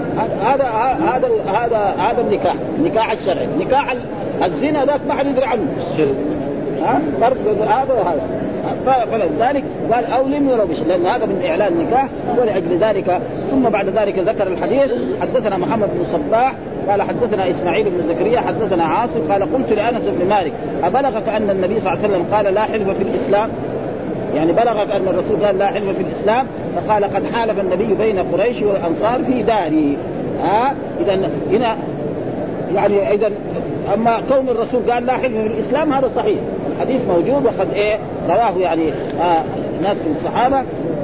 هذا النكاح الشرعي. نكاح الزنا ذاك ما حد يدري عنه. فرق هذا وهذا. فلذلك قال أولم ولو بشيء، لأن هذا من إعلان النكاح. ولأجل ذلك ثم بعد ذلك ذكر الحديث. حدثنا محمد بن صباح قال حدثنا إسماعيل بن زكريا حدثنا عاصم قال قلت لأنس بن مالك أبلغك أن النبي صلى الله عليه وسلم قال لا حلف في الإسلام؟ يعني بلغك أن الرسول قال لا حلف في الإسلام؟ فقال قد حالف النبي بين قريش والأنصار في داري. إذا هنا يعني إذا أما كون الرسول قال لا حلف في الإسلام هذا صحيح، الحديث موجود وقد رواه يعني ناس من الصحابة.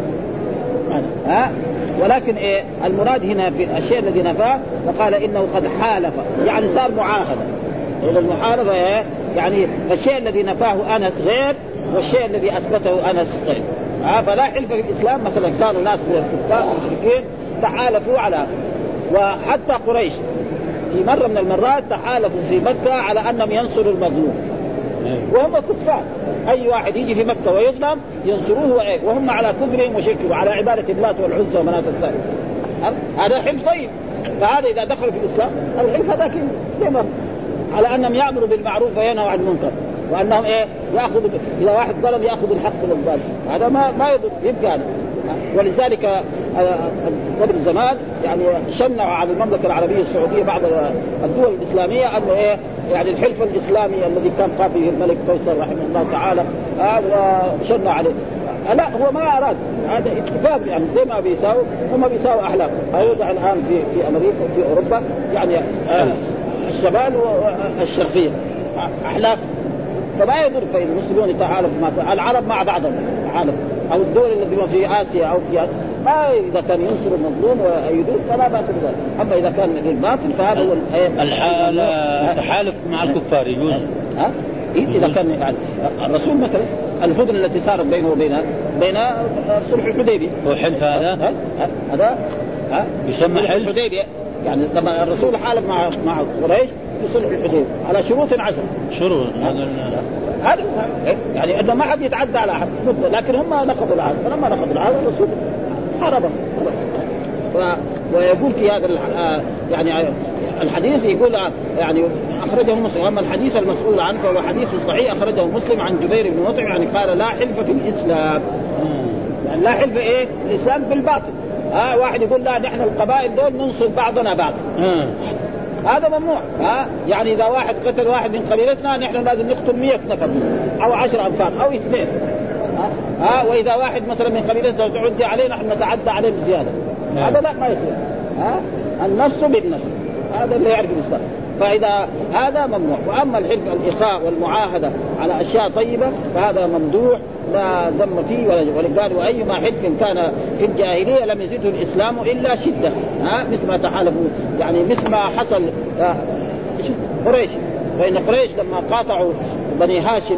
ولكن المراد هنا في الشيء الذي نفاه فقال إنه قد حالف، يعني صار معاهدة. إلى المحاربة يعني فالشيء الذي نفاه أنس غير والشيء الذي أثبته أنس غير. فلا حلف في الإسلام. مثلا كانوا ناس من الكفار المشركين تحالفوا على، وحتى قريش في مرة من المرات تحالفوا في مكة على أنهم ينصروا المظلوم وهم كفار. أي واحد يجي في مكة ويظلم ينصروه وهم على كفرهم وشركهم وعلى عبادة اللات والعزى ومناة الثالث. هذا حلف طيب. فهذا إذا دخل في الإسلام الحلف هذا كلمة على أنهم يأمروا بالمعروف وينهوا عن المنكر، وأنهم يأخذوا إذا واحد ظلم يأخذ الحق من الظالم. هذا ما يضر يبقى. ولذلك قبل زمان يعني شنعوا على المملكة العربية السعودية بعض الدول الإسلامية أنه يعني الحلف الإسلامي الذي كان قام به الملك فيصل رحمه الله تعالى وشنع عليه. لا هو ما أراد، هذا اتفاق يعني زي ما بيساووا هم بيساووا أحلام. يوضع الآن في أمريكا وفي أوروبا يعني الشمال والشرقية أحلاف، فما يضر. فالمسلمون يتحالفوا العرب مع بعضهم تعالف، أو الدول التي في آسيا أو في ما إذا كان ينصر المظلوم ويدور فلا بأس بذلك. أما إذا كان للباطل فهذا هو التحالف مع الكفار يجوز. إذا كان يعني الرسول مثلا الهدنة التي صارت بينه وبين صلح الحديبية وحلف هذا يسمى حلف الحديبية. يعني لما الرسول حالف مع قريش في صلح الحديبية على شروط 10 شروط. هذا يعني أنه ما حد يتعدى على أحد، لكن هم نقضوا العهد. فلما نقضوا العهد الرسول حاربهم. ويقول في هذا يعني الحديث يقول يعني أخرجه مسلم. أما الحديث المسؤول عنه فهو حديث صحيح أخرجه مسلم عن جبير بن مطعم يعني قال لا حلف في الإسلام. يعني لا حلف في الإسلام بالباطل. واحد يقول لا نحن القبائل دول ننصر بعضنا بعض. هذا ممنوع. يعني إذا واحد قتل واحد من قبيلتنا نحن لازم نقتل 100 نفر أو 10 أنفار أو 2. وإذا واحد مثلا من قبيلتنا تعدي عليه نحن نتعدى عليه بزيادة. هذا لا ما يصير. النفس بالنفس هذا اللي يعرف الإسلام. فإذا هذا ممنوع. وأما الحلف الإخاء والمعاهدة على أشياء طيبة فهذا ممدوح لا ذم فيه ولا قال. وأيما حلف كان في الجاهلية لم يزده الإسلام إلا شدة. مثل ما تحالفوا يعني مثل ما حصل قريش. فإن قريش لما قاطعوا بني هاشم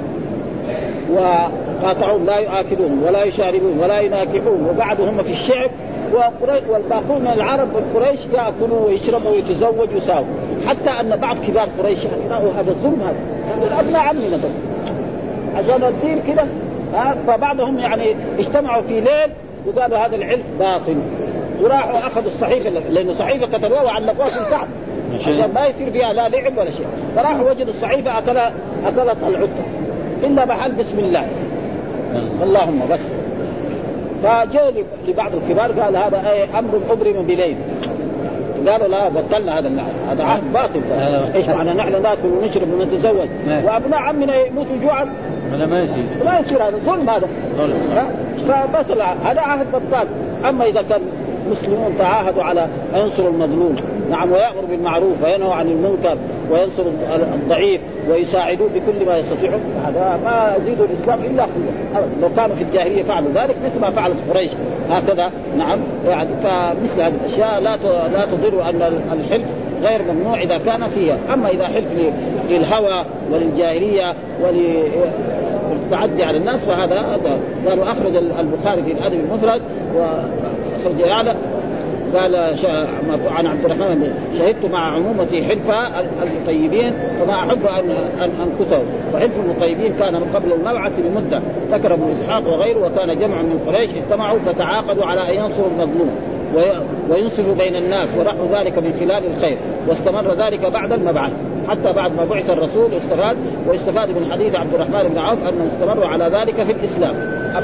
وقاطعوا لا يؤكلون ولا يشاربون ولا يناكحون وبعضهم في الشعب والباقون من العرب والقريش يأكلوا ويشربوا ويتزوجوا ويساووا. حتى أن بعض كبار قريش قالوا هذا الظلم هذا الأبناء عمنا عشان الدين كده. فبعضهم يعني اجتمعوا في ليل وقالوا هذا العلم باطل وراحوا أخذوا الصحيفة لأن الصحيفة كتبوها وعلقوها في الكعب عشان ما يصير فيها لا لعب ولا شيء. فراحوا وجدوا الصحيفة أكلت العتة إلا محل بسم الله اللهم بس. فجاء لبعض الكبار قال هذا أمر أبرم بليل. قالوا لا بطلنا هذا عهد باطل. ايش معنى نحن ناكل ونشرب ونتزوج وابناء عمنا يموتوا جوعا؟ هذا ما يصير هذا ظلم. هذا فبطل هذا عهد بطال. اما اذا كان مسلمون تعاهدوا على ينصروا المظلوم نعم ويأمر بالمعروف وينهوا عن المنكر وينصر الضعيف ويساعدوه بكل ما يستطيعون هذا ما يزيد الإسلام إلا قوة. لو كانوا في الجاهلية فعلوا ذلك مثل ما فعلت قريش هكذا نعم. يعني فمثل هذه الأشياء لا تضر. أن الحلف غير ممنوع إذا كان فيها. أما إذا حلف للهوى وللجاهلية وللتعدي على الناس فهذا قالوا أخرج البخاري في الأدب المفرد وأخرج يعلى قال عن عبد الرحمن شهدت مع عمومتي حلف المطيبين فما أحب أن أنكثه، وحلف المطيبين كان من قبل المبعث بمدة. ذكر ابن إسحاق وغيره وكان جمع من قريش اجتمعوا فتعاقدوا على أن ينصروا المظلوم وينصفوا بين الناس ورحوا ذلك من خلال الخير، واستمر ذلك بعد المبعث حتى بعد ما بعث الرسول واستفاد من حديث عبد الرحمن بن عوف أنه استمروا على ذلك في الإسلام.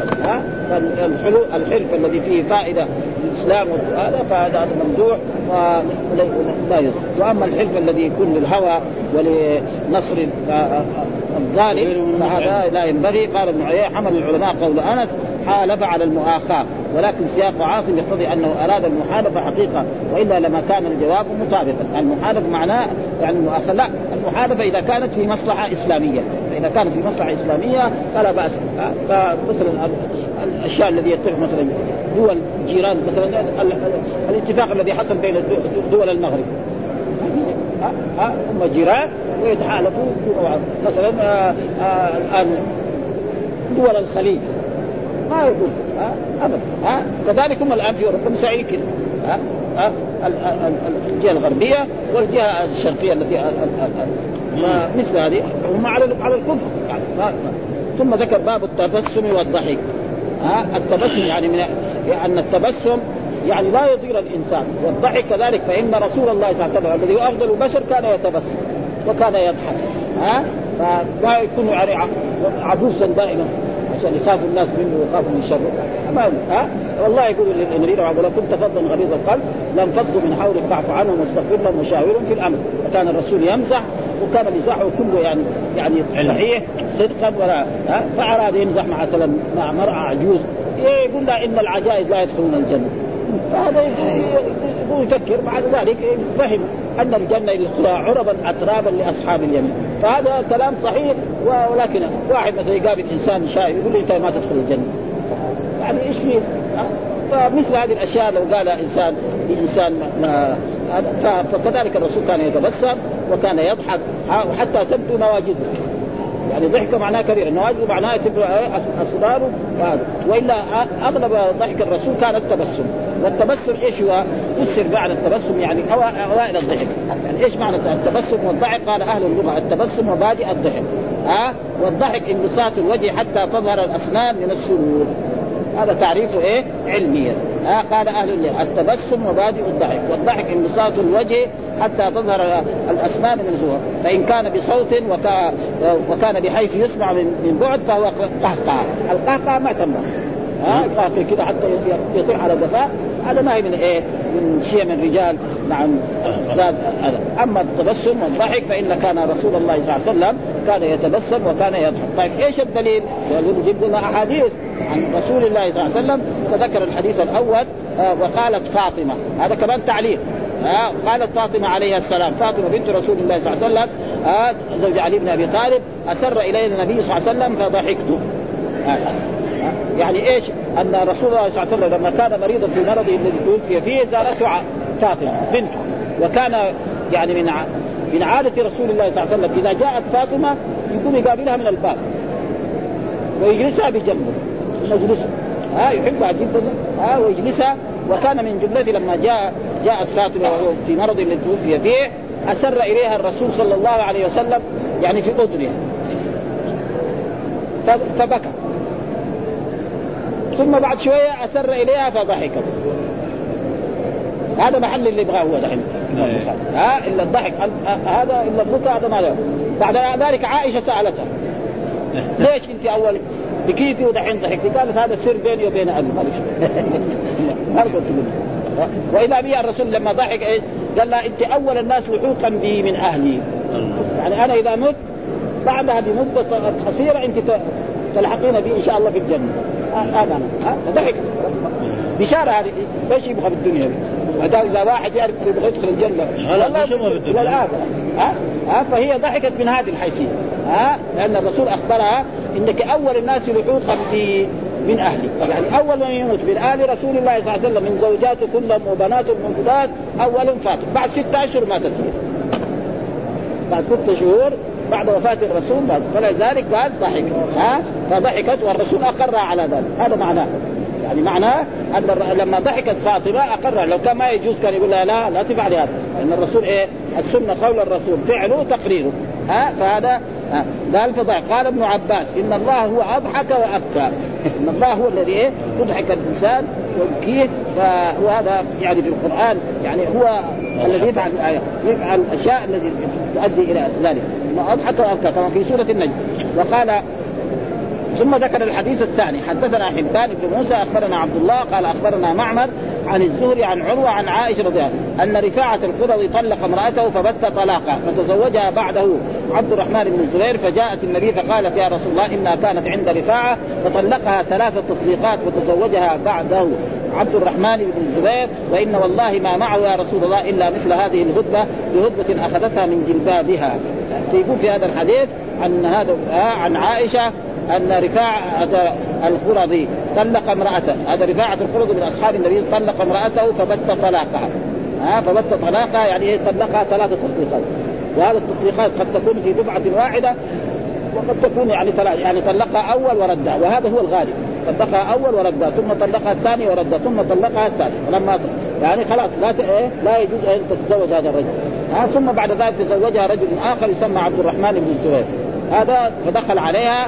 الحلف الذي فيه فائدة للإسلام هذا فهذا ممدوح ولا يضر. وأما الحلف الذي يكون للهوى ولنصر الظالم فهذا لا ينبغي. قال ابن عيينة حمل العلماء قول أنس حالف على المؤاخاة، ولكن سياق عاصم يقتضي أنه أراد المحالفة حقيقة، وإلا لما كان الجواب مطابقا. المحالفة معناه يعني المؤاخاة، لا، المحالفة إذا كانت في مصلحة إسلامية، فإذا كانت في مصلحة إسلامية فلا بأس. فمثلا الأشياء الذي يتفق مثلا دول جيران، مثلا الاتفاق الذي حصل بين دول المغرب هم جيران ويتحالفوا مثلا الآن دول الخليج ما يقول أبدا. كذلك هم الآن في أوروبا مساعين كده، الجهة الغربية والجهة الشرقية التي مثل هذه هم على الكفر يعني. ثم ذكر باب التبسم والضحك. التبسم يعني أن التبسم يعني لا يضير الإنسان، والضحك كذلك، فإن رسول الله صلى الله عليه وسلم الذي هو أفضل البشر كان يتبسم وكان يضحك. فلا يكون يعني عبوسا دائما عشان يخافوا الناس منه ويخافوا من شره. والله يقول للنبي ولو كنت فظا غليظ القلب لانفضوا من حولك فاعف عنهم واستغفر لهم وشاورهم في الامر. وكان الرسول يمزح وكان مزاحه كله يعني صحيح صدقا ولا فأراد يمزح مثلا مع مرأة عجوز يقول لها ان العجائز لا يدخلون الجنه. فهذا يفكر بعد ذلك فهم ان الجنه يدخلها عربا اترابا لاصحاب اليمين. فهذا كلام صحيح، ولكن واحد مثلا يقابل انسان شايب يقول له انت ما تدخل الجنه، يعني ايش فيه؟ فمثل هذه الاشياء لو قال انسان لانسان فكذلك الرسول كان يتبسم وكان يضحك وحتى تبدو نواجذه، يعني ضحك معناه كبير، النواجذ معناه تبدو اسراره، والا اغلب ضحك الرسول كان التبسم. والتبسم ايش هو؟ فسر معنى التبسم يعني اوائل الضحك. يعني ايش معنى التبسم والضحك؟ قال اهل اللغه التبسم مبادئ الضحك. والضحك انبساط الوجه حتى تظهر الاسنان من السرور، هذا تعريفه ايه علميا. قال اهل اللغه التبسم مبادئ الضحك، والضحك انبساط الوجه حتى تظهر الاسنان من الزور، فان كان بصوت وكان بحيث يسمع من بعد فهو قهقه. القهقه ما تنبغي قهقه كده حتى يطيح على جفاء، هذا ما هي من ايه من شيء من رجال نعم زاد هذا. اما التبسم والضحك فان كان رسول الله صلى الله عليه وسلم كان يتبسم وكان يضحك. طيب ايش الدليل؟ يجيب لنا احاديث عن رسول الله صلى الله عليه وسلم. فذكر الحديث الاول وقالت فاطمه، هذا كمان تعليق. قالت فاطمه عليه السلام، فاطمه بنت رسول الله صلى الله عليه وسلم زوج علي بن ابي طالب، اسر الينا النبي صلى الله عليه وسلم فضحكت. يعني ايش؟ ان رسول الله صلى الله عليه وسلم لما كان مريضا في مرضه الذي توفي فيه زارته فاطمه بنته، وكان يعني من عادة رسول الله صلى الله عليه وسلم إذا جاءت فاطمة يقوم يقابلها من الباب ويجلسها بجنبه مجلسه، يحبها جدا ويجلسها. وكان من جملته لما جاءت فاطمة وهو في مرض الذي توفي فيه أسر إليها الرسول صلى الله عليه وسلم يعني في أذنها فبكى، ثم بعد شوية أسر إليها فضحكت. هذا محل اللي يبغاه هو دحين إلا الضحك هذا إلا البكاء هذا ما له. بعد ذلك عائشة سألتها ليش أنت أول بكيتي ودحين ضحكتي؟ قالت هذا سر بيني وبين أبي ما قلت له. وإذا بي الرسول لما ضحك إيه؟ قال لها أنت أول الناس لحوقا بي من أهلي، يعني أنا إذا مت بعدها بمدة قصيرة أنت تلحقين بي إن شاء الله في الجنة. هذا فضحك بشارة هذه ايش يبغى بالدنيا؟ هذا اذا واحد يعرف يبغى يدخل الجنه والله فهي ضحكت من هذه الحيثيه لان الرسول اخبرها انك اول الناس لحوقا من اهلي، يعني اول من يموت من اهل رسول الله صلى الله عليه وسلم من زوجاته كلهم وبناته المنفذات اول فاطمه، بعد 6 أشهر ماتت فيه، بعد 6 شهور بعد وفاة الرسول فلذلك قال ضحك فضحكت والرسول أقر على ذلك. هذا معناه، يعني معناه لما ضحكت فاطمة أقر. لو كان ما يجوز كان يقول لها لا تفعلي هذا، لأن الرسول السنة قول الرسول فعله تقريره. فهذا قال فضحك. قال ابن عباس إن الله هو أضحك وأبكى. إن الله هو الذي يضحك الإنسان ويبكيه. وهذا يعني في القرآن يعني هو الذي يفعل الأشياء التي تؤدي إلى ذلك. ما أضحك وأبكى كما في سورة النجم. وقال ثم ذكر الحديث الثاني حدثنا حبان بن موسى أخبرنا عبد الله قال أخبرنا معمر عن الزهري عن عروة عن عائشة رضي الله عنها أن رفاعة القرظي طلق امرأته فبت طلاقا فتزوجها بعده عبد الرحمن بن الزبير. فجاءت النبي فقالت يا رسول الله إنها كانت عند رفاعة فطلقها 3 تطليقات فتزوجها بعده عبد الرحمن بن الزبير وإن والله ما معه يا رسول الله إلا مثل هذه الهدبة بهدبة أخذتها من جلبابها. فيقول في هذا الحديث عن هذا عن عائشة أن رفاعة القرظي طلق امرأته. هذا رفاعة القرظي من أصحاب النبي طلق امرأته فبت طلاقها. فبت طلاقها يعني طلقها 3 تطليقات. وهذا التطليقات قد تكون في دفعة واحدة وقد تكون يعني 3 يعني طلقها أول وردها وهذا هو الغالب. طلقها أول وردها ثم طلقها الثاني وردها ثم طلقها الثالث. لما يعني خلاص لا يجوز أن تتزوج هذا الرجل. ثم بعد ذلك تزوجها رجل آخر يسمى عبد الرحمن بن الزبير. هذا فدخل عليها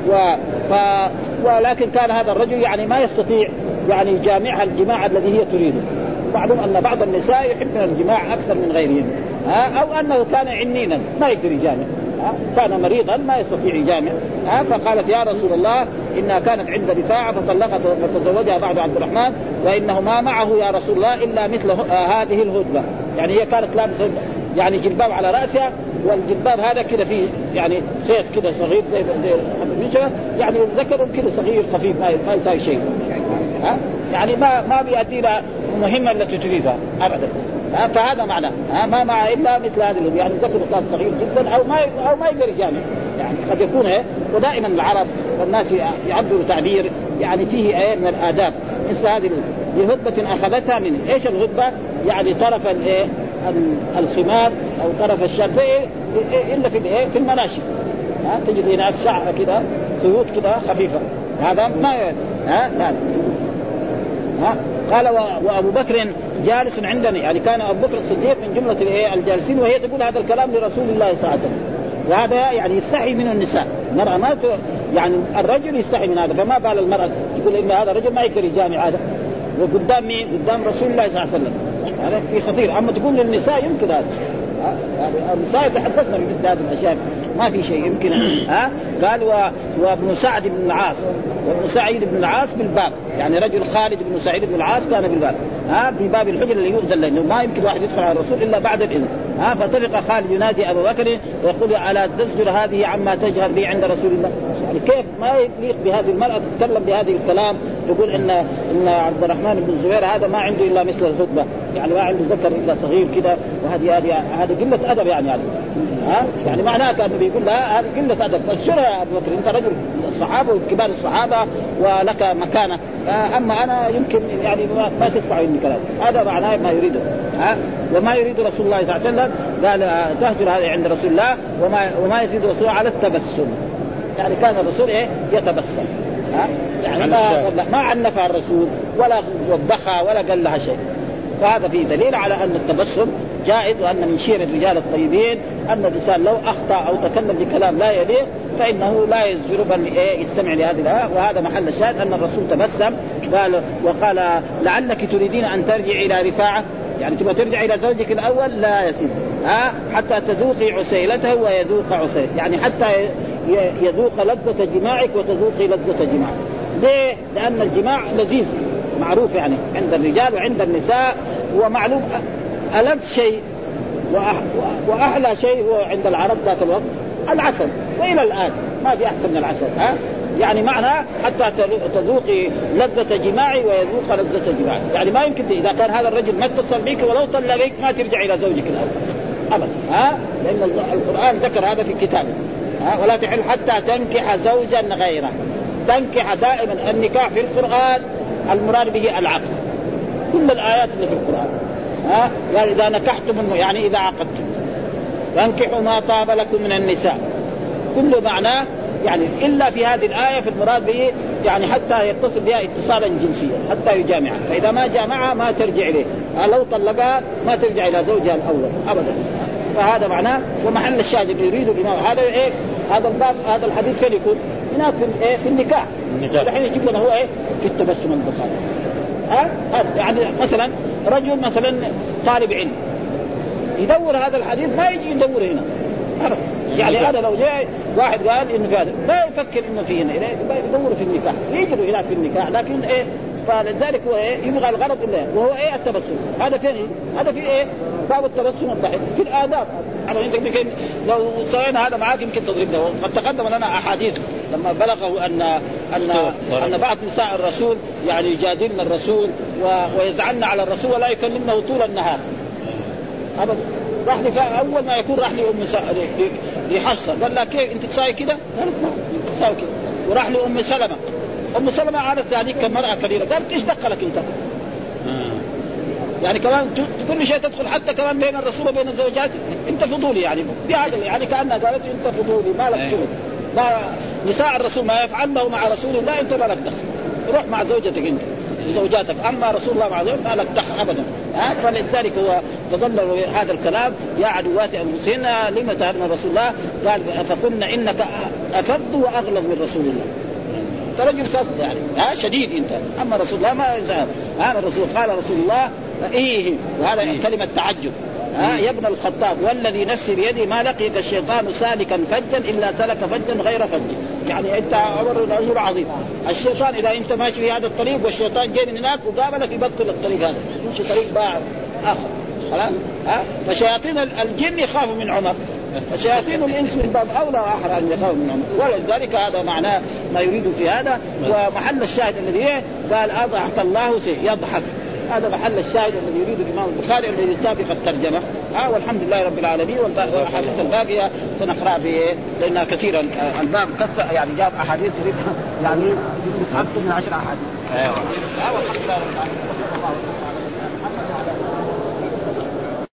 ولكن كان هذا الرجل يعني ما يستطيع يعني يجامعها الجماع الذي هي تريده. معلوم أن بعض النساء يحبن الجماع أكثر من غيرهن أو أنه كان عنينا ما يقدر يجامع كان مريضا ما يستطيع يجامع. فقالت يا رسول الله إنها كانت عند رفاعة فطلقت وتزوجها بعد عبد الرحمن وإنه ما معه يا رسول الله إلا مثل هذه الهدبة. يعني هي كانت لابسة يعني جلباب على رأسها والجلباب هذا كده فيه يعني خيط كده صغير زي يعني ذكر كده صغير خفيف ما يساوي شيء. يعني ما بيأتي لها مهمة التي تريدها أبدا. فهذا معناه ما مع إلا مثل هذا يعني ذكر خيط صغير جدا أو ما يقدر يجامع يعني قد يكون ودائما العرب والناس يعبروا تعبير يعني فيه من الآداب مثل هذه الهدبة أخذتها من إيش الهدبة يعني طرف الخمار أو طرف الشرب إلا في المناشي. تجد هناك شعر كده خيوط كده خفيفة هذا ما قال وأبو بكر جالس عندنا يعني كان أبو بكر الصديق من جملة الجالسين وهي تقول هذا الكلام لرسول الله صلى الله عليه وسلم. وهذا يعني يستحي منه النساء. المرأة ما يعني الرجل يستحي من هذا فما بال المرأة تقول إن هذا الرجل ما يقدر يجامع هذا وقدام مين؟ قدام رسول الله صلى الله عليه وسلم. هذا في خطير. أما تقول للنساء يمكن هذا النساء يتحدثنا بمثل هذه الأشياء ما في شيء يمكن. قال وابن سعد بن العاص وابن سعيد بن العاص بالباب يعني رجل خالد بن سعيد بن العاص كان بالباب في باب الحجر اللي يؤذن له ما يمكن واحد يدخل على الرسول إلا بعد الإذن. فطفق خالد ينادي أبو بكر ويقول ألا تزجر هذه عما تجهر به عند رسول الله. يعني كيف ما يليق بهذه المرأة تتكلم بهذه الكلام تقول إن عبد الرحمن بن الزبير هذا ما عنده إلا مثل الخطبة يعني ما عنده ذكر إلا صغير كده وهذه قلة أدب يعني معناه كأنه بيقول لا هذه قلة أدب. فالشرع يا أبو بكر أنت رجل الصحابة وكبار الصحابة ولك مكانة أما أنا يمكن يعني ما تسمع مني كلام. هذا معناه ما يريده وما يريد رسول الله صلى الله عليه وسلم. قال تهجر هذه عند رسول الله وما يزيد رسول على التبسم يعني كان الرسول يتبسم يعني ما عنفها الرسول ولا وبخها ولا قال لها شيء. فهذا فيه دليل على أن التبسم جائز وأن من شير الرجال الطيبين أن الإنسان لو أخطأ أو تكلم بكلام لا يليق فإنه لا يزجر بل يستمع لهذه الآية. وهذا محل الشاهد أن الرسول تبسم وقال لعلك تريدين أن ترجعي إلى رفاعة يعني تبغى ترجع إلى زوجك الأول لا يسيب حتى تذوقي عسيلته ويذوق عسيل يعني حتى يذوق لذة جماعك وتذوقي لذة جماعك. ليه؟ لأن الجماع لذيذ معروف يعني عند الرجال وعند النساء ومعلوم ألذ شيء وأحلى شيء هو عند العرب ذات الوقت العسل وإلى الآن ما في أحسن من العسل يعني معنى حتى تذوقي لذة جماعي ويذوق لذة جماعي يعني ما يمكن إذا كان هذا الرجل ما اتصل بك ولو طلقك ما ترجع إلى زوجك الأول أبدا لأن القرآن ذكر هذا في كتابه ولا تحل حتى تنكح زوجا غيره. تنكح دائما النكاح في القرآن المراد به العقد كل الآيات اللي في القرآن يعني إذا نكحتم يعني إذا عقدتم فانكحوا ما طاب لكم من النساء كل معناه يعني إلا في هذه الآية في المراد به يعني حتى يتصل بها اتصالا جنسيا حتى يجامعها، فإذا ما جامعها ما ترجع إليه، لو طلقها ما ترجع إلى زوجها الأول أبدا. فهذا معناه. ومحل الشاهد اللي يريد الإمام هذا إيه؟ هذا الباب هذا الحديث فين يكون؟ هناك في إيه؟ في النكاح. الحين يجيب لنا هو إيه؟ في التبسم البخاري. يعني مثلا رجل مثلا طالب علم يدور هذا الحديث ما يجي يدور هنا يعني أنا لو جاء واحد قال إنه هذا لا يفكر إنه فيه هنا يدور في النكاح يجروا هنا في النكاح، لكن إيه فلذلك هو إيه يبغى الغرض إلا وهو إيه التبسم. هذا فين؟ هذا في إيه باب التبسم الضحك في الآداب. أنت يمكن لو سوينا هذا معاك يمكن تضربنا. قد تقدم لنا أحاديث لما بلغه أن بعض نساء الرسول يعني يجادلن الرسول ويزعلن على الرسول ولا يكلمنه طول النهار أبدا. راح لي أول ما يكون راح لي لحصة قال لها كيف أنت تساوي كده؟ قالت ما تساوي كده. وراح لي أم سلمة عادت هذيك كمرأة كبيرة قالت إيش دخلك أنت؟ يعني كمان كل شيء تدخل حتى كمان بين الرسول وبين الزوجات أنت فضولي يعني بهذا يعني كأنها قالت أنت فضولي ما لك شغل. ما نساء الرسول ما يفعلنه مع رسول الله أنت ما لك دخل، روح مع زوجتك أنت زوجاتك، أما رسول الله مع زوجتك ما لك دخل أبدا. فلذلك هو تضل هذا الكلام يا عدوات أنفسهن لما تهبنا رسول الله قال فقلنا إنك أفض وأغلظ من رسول الله. رجل فض يعني شديد أنت، أما رسول الله ما يزعل. هذا الرسول قال رسول الله إيه وهذا كلمة تعجب يا ابن الخطاب والذي نفسي بيدي ما لقيك الشيطان سالكا فجا إلا سلك فجا غير فج. يعني أنت عمر رجل عظيم. الشيطان إذا أنت ماشي في هذا الطريق والشيطان جاي من هناك وقابلك يبطل الطريق هذا يمشي طريق باع آخر خلاص. فشياطين الجن يخافوا من عمر، فشياطين الإنس من باب أولى وآخر أن يخافوا من عمر. ولذلك هذا معناه ما يريد في هذا. ومحل الشاهد الذي قال أضحك الله يضحك، هذا محل الشاهد الذي يريد الإمام البخاري الذي سابق الترجمة. والحمد لله رب العالمين. والأحاديث الباقية سنقرأ في لأنها كثيرا الباب كثر يعني جاب أحاديث يعني أكثر من 10 أحاديث. والحمد لله رب العالمين.